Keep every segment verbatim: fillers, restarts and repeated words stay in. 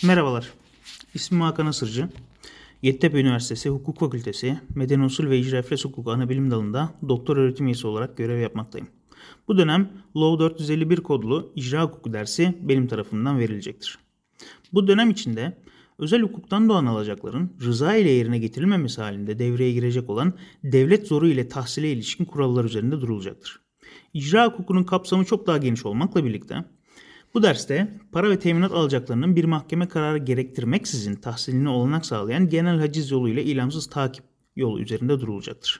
Merhabalar, ismim Hakan Asırcı. Yeditepe Üniversitesi Hukuk Fakültesi Medeni Usul ve İcra İflas Hukuku Anabilim Dalı'nda doktor öğretim üyesi olarak görev yapmaktayım. Bu dönem Law dört yüz elli bir kodlu icra hukuku dersi benim tarafımdan verilecektir. Bu dönem içinde özel hukuktan doğan alacakların rıza ile yerine getirilmemesi halinde devreye girecek olan devlet zoru ile tahsile ilişkin kurallar üzerinde durulacaktır. İcra hukukunun kapsamı çok daha geniş olmakla birlikte bu derste para ve teminat alacaklarının bir mahkeme kararı gerektirmeksizin tahsiline olanak sağlayan genel haciz yolu ile ilamsız takip yolu üzerinde durulacaktır.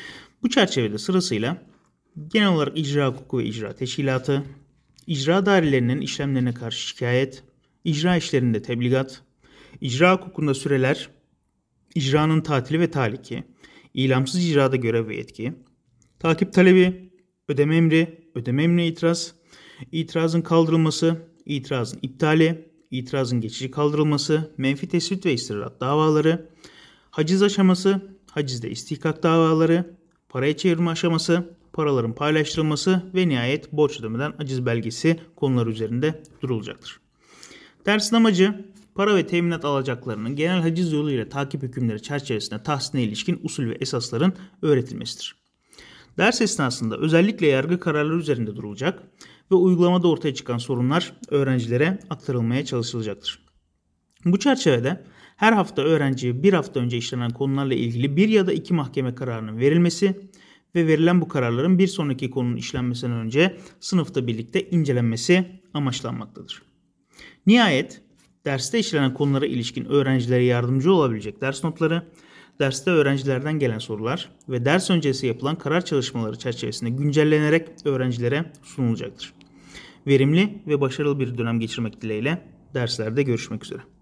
Bu çerçevede sırasıyla genel olarak icra hukuku ve icra teşkilatı, icra dairelerinin işlemlerine karşı şikayet, icra işlerinde tebligat, icra hukukunda süreler, icranın tatili ve taliki, ilamsız icrada görev ve yetki, takip talebi, ödeme emri, ödeme emrine itiraz, itirazın kaldırılması, itirazın iptali, itirazın geçici kaldırılması, menfi tespit ve istirrat davaları, haciz aşaması, hacizde istihkak davaları, paraya çevirme aşaması, paraların paylaştırılması ve nihayet borç ödemeden aciz belgesi konuları üzerinde durulacaktır. Dersin amacı para ve teminat alacaklarının genel haciz yoluyla takip hükümleri çerçevesinde tahsiline ilişkin usul ve esasların öğretilmesidir. Ders esnasında özellikle yargı kararları üzerinde durulacak ve uygulamada ortaya çıkan sorunlar öğrencilere aktarılmaya çalışılacaktır. Bu çerçevede her hafta öğrenciye bir hafta önce işlenen konularla ilgili bir ya da iki mahkeme kararının verilmesi ve verilen bu kararların bir sonraki konunun işlenmesinden önce sınıfta birlikte incelenmesi amaçlanmaktadır. Nihayet derste işlenen konulara ilişkin öğrencilere yardımcı olabilecek ders notları, derste öğrencilerden gelen sorular ve ders öncesi yapılan karar çalışmaları çerçevesinde güncellenerek öğrencilere sunulacaktır. Verimli ve başarılı bir dönem geçirmek dileğiyle derslerde görüşmek üzere.